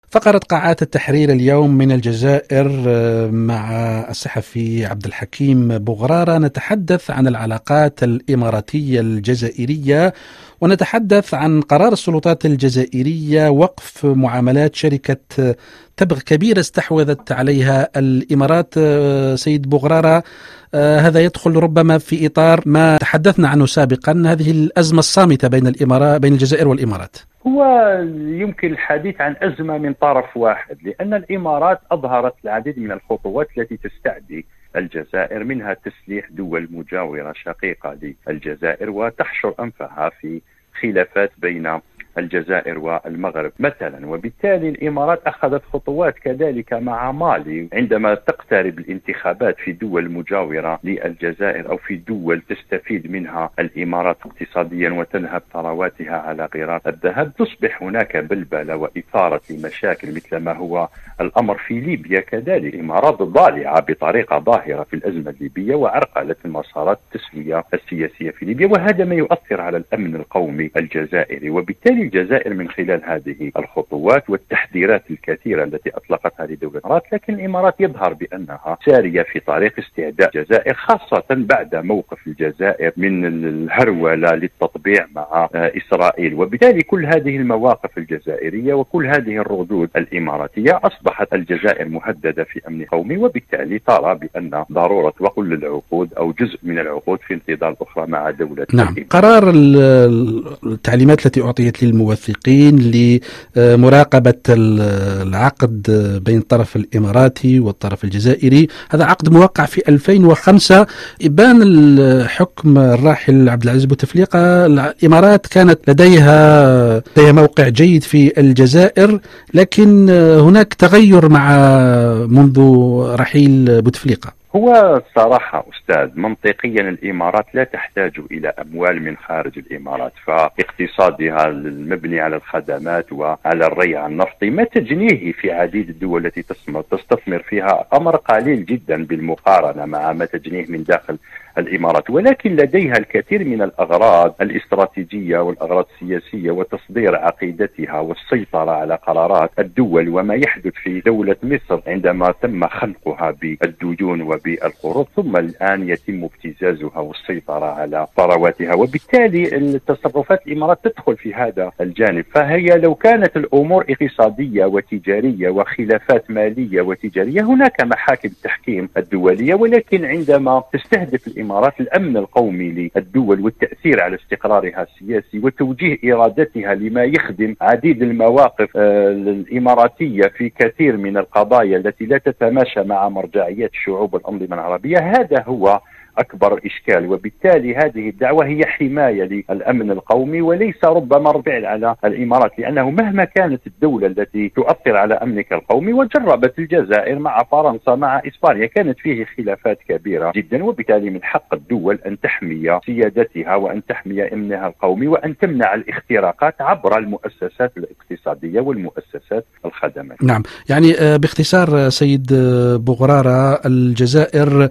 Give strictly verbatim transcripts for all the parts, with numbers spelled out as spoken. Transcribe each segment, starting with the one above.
فقرة قاعات التحرير اليوم من الجزائر مع الصحفي عبد الحكيم بوغرارة. نتحدث عن العلاقات الإماراتية الجزائرية، ونتحدث عن قرار السلطات الجزائرية وقف معاملات شركة تبغ كبيرة استحوذت عليها الإمارات. سيد بوغرارة، هذا يدخل ربما في إطار ما تحدثنا عنه سابقا، هذه الأزمة الصامتة بين الإمارات بين الجزائر والإمارات. هو يمكن الحديث عن أزمة من طرف واحد، لأن الإمارات أظهرت العديد من الخطوات التي تستعدي الجزائر، منها تسليح دول مجاورة شقيقة للجزائر وتحشر أنفها في خلافات بين الجزائر والمغرب مثلا. وبالتالي الإمارات أخذت خطوات كذلك مع مالي عندما تقترب الانتخابات في دول مجاورة للجزائر أو في دول تستفيد منها الإمارات اقتصاديا وتنهب ثرواتها على غرار الذهب. تصبح هناك بلبلة وإثارة مشاكل مثل ما هو الأمر في ليبيا. كذلك الإمارات ضالعة بطريقة ظاهرة في الأزمة الليبية وعرقلت المسارات التسوية السياسية في ليبيا، وهذا ما يؤثر على الأمن القومي الجزائري. وبالتالي الجزائر من خلال هذه الخطوات والتحذيرات الكثيرة التي أطلقتها لدولة الإمارات، لكن الإمارات يظهر بأنها سارية في طريق استعداء الجزائر، خاصة بعد موقف الجزائر من الهرولة للتطبيع مع إسرائيل. وبالتالي كل هذه المواقف الجزائرية وكل هذه الردود الإماراتية أصبحت الجزائر مهددة في أمن قومي، وبالتالي ترى بأن ضرورة وكل العقود أو جزء من العقود في انتظار أخرى مع دولة. نعم، قرار التعليمات التي أعطيت للموثقين لمراقبة العقد بين الطرف الإماراتي والطرف الجزائري، هذا عقد موقع في ألفين وخمسة. إبان الحكم الراحل عبد العزيز بوتفليقة، الإمارات كانت لديها لديها موقع جيد في الجزائر، لكن هناك تغير مع منذ رحيل بوتفليقة. هو صراحة أستاذ منطقيا الإمارات لا تحتاج إلى أموال من خارج الإمارات، فاقتصادها المبني على الخدمات وعلى الريع النفطي ما تجنيه في عديد الدول التي تستثمر فيها أمر قليل جدا بالمقارنة مع ما تجنيه من داخل الإمارات. ولكن لديها الكثير من الأغراض الاستراتيجية والأغراض السياسية وتصدير عقيدتها والسيطرة على قرارات الدول. وما يحدث في دولة مصر عندما تم خنقها بالديون وبالقروض، ثم الآن يتم ابتزازها والسيطرة على ثرواتها، وبالتالي التصرفات الإمارات تدخل في هذا الجانب. فهي لو كانت الأمور اقتصادية وتجارية وخلافات مالية وتجارية هناك محاكم التحكيم الدولية، ولكن عندما تستهدف الإمارات الأمن القومي للدول والتأثير على استقرارها السياسي وتوجيه إرادتها لما يخدم عديد المواقف الإماراتية في كثير من القضايا التي لا تتماشى مع مرجعيات الشعوب والأنظمة العربية، هذا هو أكبر إشكال. وبالتالي هذه الدعوة هي حماية للأمن القومي وليس ربما ربع على الإمارات، لأنه مهما كانت الدولة التي تؤثر على أمنك القومي، وجربت الجزائر مع فرنسا مع إسبانيا كانت فيه خلافات كبيرة جدا، وبالتالي من حق الدول أن تحمي سيادتها وأن تحمي أمنها القومي وأن تمنع الاختراقات عبر المؤسسات الاقتصادية والمؤسسات الخدمات. نعم، يعني باختصار سيد بوغرارة، الجزائر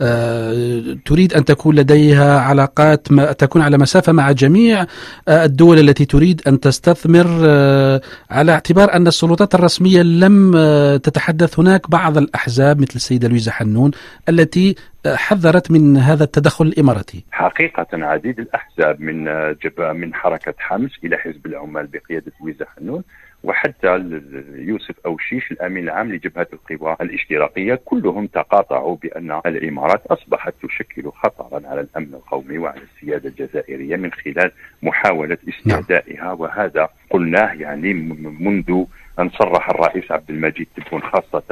تريد أن تكون لديها علاقات ما تكون على مسافة مع جميع الدول التي تريد أن تستثمر، على اعتبار أن السلطات الرسمية لم تتحدث. هناك بعض الأحزاب مثل السيدة لويزا حنون التي حذرت من هذا التدخل الإماراتي. حقيقة عديد الأحزاب من من حركة حمص إلى حزب العمال بقيادة لويزا حنون، وحتى يوسف أوشيش الأمين العام لجبهة القوى الاشتراكية، كلهم تقاطعوا بأن الإمارات أصبحت تشكل خطرا على الأمن القومي وعلى السيادة الجزائرية من خلال محاولة استعدائها. وهذا قلناه يعني منذ أن صرح الرئيس عبد المجيد تبون، خاصة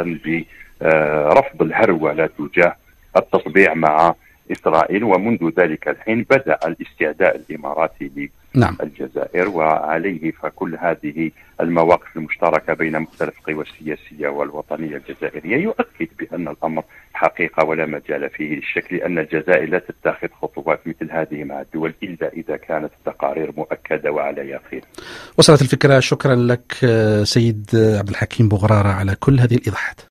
برفض الهرولة تجاه التطبيع مع إسرائيل. ومنذ ذلك الحين بدأ الاستعداء الإماراتي نعم. للجزائر، وعليه فكل هذه المواقف المشتركة بين مختلف القوى السياسية والوطنية الجزائرية يؤكد بأن الأمر حقيقة ولا مجال فيه للشك، لأن الجزائر لا تتخذ خطوات مثل هذه مع الدول إلا إذا كانت التقارير مؤكدة وعلى يقين. وصلت الفكرة. شكرا لك سيد عبد الحكيم بوغرارة على كل هذه الإيضاحات.